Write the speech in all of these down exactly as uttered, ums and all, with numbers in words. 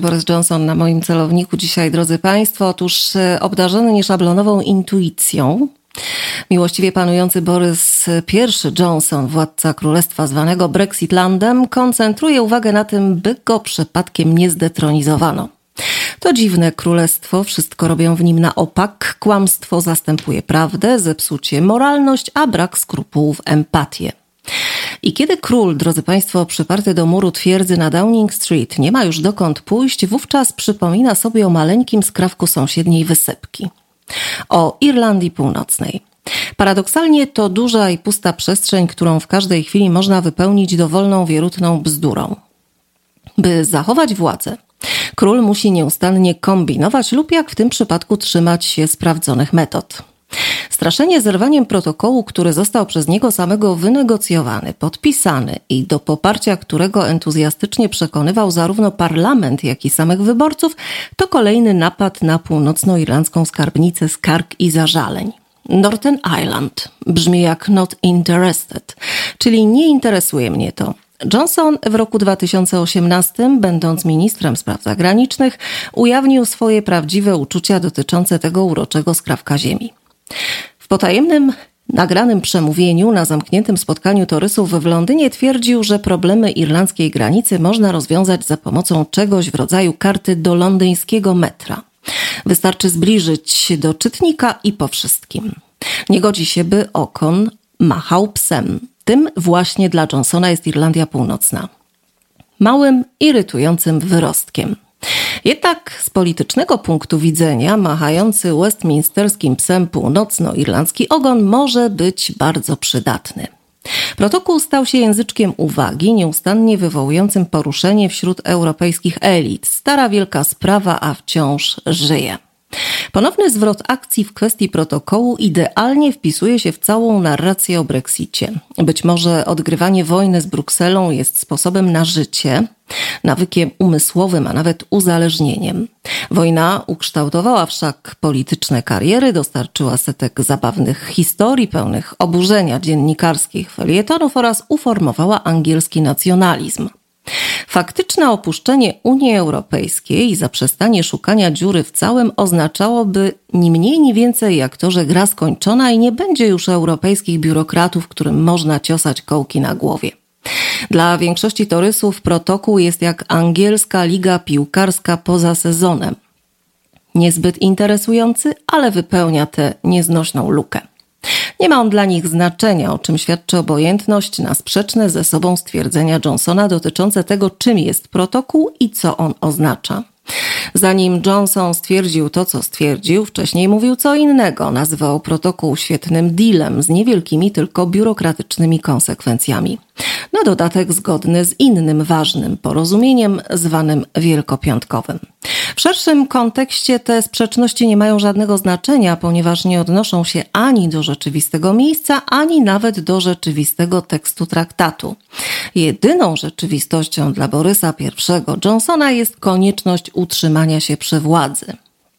Boris Johnson na moim celowniku dzisiaj, drodzy Państwo. Otóż obdarzony nieszablonową intuicją, miłościwie panujący Borys I Johnson, władca królestwa zwanego Brexitlandem, koncentruje uwagę na tym, by go przypadkiem nie zdetronizowano. To dziwne królestwo, wszystko robią w nim na opak, kłamstwo zastępuje prawdę, zepsucie moralność, a brak skrupułów empatię. I kiedy król, drodzy Państwo, przyparty do muru twierdzy na Downing Street nie ma już dokąd pójść, wówczas przypomina sobie o maleńkim skrawku sąsiedniej wysepki. O Irlandii Północnej. Paradoksalnie to duża i pusta przestrzeń, którą w każdej chwili można wypełnić dowolną, wierutną bzdurą. By zachować władzę, król musi nieustannie kombinować lub jak w tym przypadku trzymać się sprawdzonych metod. Straszenie zerwaniem protokołu, który został przez niego samego wynegocjowany, podpisany i do poparcia którego entuzjastycznie przekonywał zarówno parlament, jak i samych wyborców, to kolejny napad na północnoirlandzką skarbnicę skarg i zażaleń. Northern Ireland brzmi jak not interested, czyli nie interesuje mnie to. Johnson w roku dwa tysiące osiemnastym, będąc ministrem spraw zagranicznych, ujawnił swoje prawdziwe uczucia dotyczące tego uroczego skrawka ziemi. W potajemnym, nagranym przemówieniu na zamkniętym spotkaniu torysów w Londynie twierdził, że problemy irlandzkiej granicy można rozwiązać za pomocą czegoś w rodzaju karty do londyńskiego metra. Wystarczy zbliżyć się do czytnika i po wszystkim. Nie godzi się, by okon machał psem. Tym właśnie dla Johnsona jest Irlandia Północna. Małym, irytującym wyrostkiem. Jednak z politycznego punktu widzenia machający westminsterskim psem północnoirlandzki ogon może być bardzo przydatny. Protokół stał się języczkiem uwagi, nieustannie wywołującym poruszenie wśród europejskich elit. Stara wielka sprawa, a wciąż żyje. Ponowny zwrot akcji w kwestii protokołu idealnie wpisuje się w całą narrację o Brexicie. Być może odgrywanie wojny z Brukselą jest sposobem na życie, nawykiem umysłowym, a nawet uzależnieniem. Wojna ukształtowała wszak polityczne kariery, dostarczyła setek zabawnych historii pełnych oburzenia dziennikarskich felietonów oraz uformowała angielski nacjonalizm. Faktyczne opuszczenie Unii Europejskiej i zaprzestanie szukania dziury w całym oznaczałoby ni mniej, ni więcej jak to, że gra skończona i nie będzie już europejskich biurokratów, którym można ciosać kołki na głowie. Dla większości torysów protokół jest jak angielska liga piłkarska poza sezonem. Niezbyt interesujący, ale wypełnia tę nieznośną lukę. Nie ma on dla nich znaczenia, o czym świadczy obojętność na sprzeczne ze sobą stwierdzenia Johnsona dotyczące tego, czym jest protokół i co on oznacza. Zanim Johnson stwierdził to, co stwierdził, wcześniej mówił co innego. Nazywał protokół świetnym dealem z niewielkimi, tylko biurokratycznymi konsekwencjami. Na dodatek zgodny z innym ważnym porozumieniem zwanym Wielkopiątkowym. W szerszym kontekście te sprzeczności nie mają żadnego znaczenia, ponieważ nie odnoszą się ani do rzeczywistego miejsca, ani nawet do rzeczywistego tekstu traktatu. Jedyną rzeczywistością dla Borysa I Johnsona jest konieczność utrzymania się przy władzy.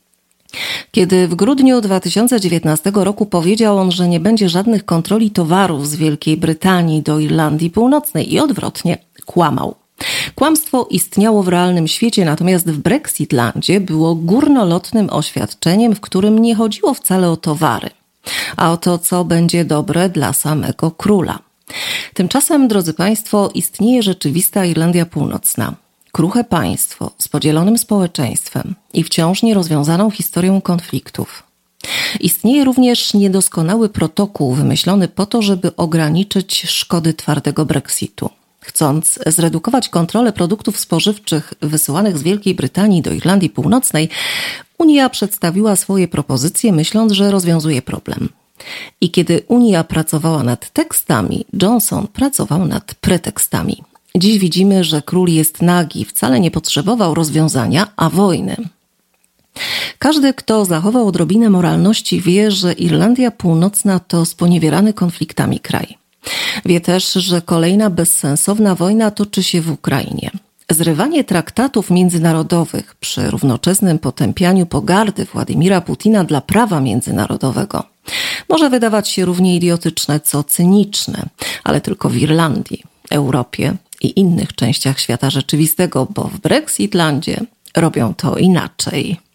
Kiedy w grudniu dwa tysiące dziewiętnastego roku powiedział on, że nie będzie żadnych kontroli towarów z Wielkiej Brytanii do Irlandii Północnej i odwrotnie, kłamał. Kłamstwo istniało w realnym świecie, natomiast w Brexitlandzie było górnolotnym oświadczeniem, w którym nie chodziło wcale o towary, a o to, co będzie dobre dla samego króla. Tymczasem, drodzy Państwo, istnieje rzeczywista Irlandia Północna. Kruche państwo z podzielonym społeczeństwem i wciąż nierozwiązaną historią konfliktów. Istnieje również niedoskonały protokół wymyślony po to, żeby ograniczyć szkody twardego Brexitu. Chcąc zredukować kontrolę produktów spożywczych wysyłanych z Wielkiej Brytanii do Irlandii Północnej, Unia przedstawiła swoje propozycje, myśląc, że rozwiązuje problem. I kiedy Unia pracowała nad tekstami, Johnson pracował nad pretekstami. Dziś widzimy, że król jest nagi, wcale nie potrzebował rozwiązania, a wojny. Każdy, kto zachował odrobinę moralności, wie, że Irlandia Północna to sponiewierany konfliktami kraj. Wie też, że kolejna bezsensowna wojna toczy się w Ukrainie. Zrywanie traktatów międzynarodowych przy równoczesnym potępianiu pogardy Władimira Putina dla prawa międzynarodowego może wydawać się równie idiotyczne, co cyniczne, ale tylko w Irlandii, Europie i innych częściach świata rzeczywistego, bo w Brexitlandzie robią to inaczej.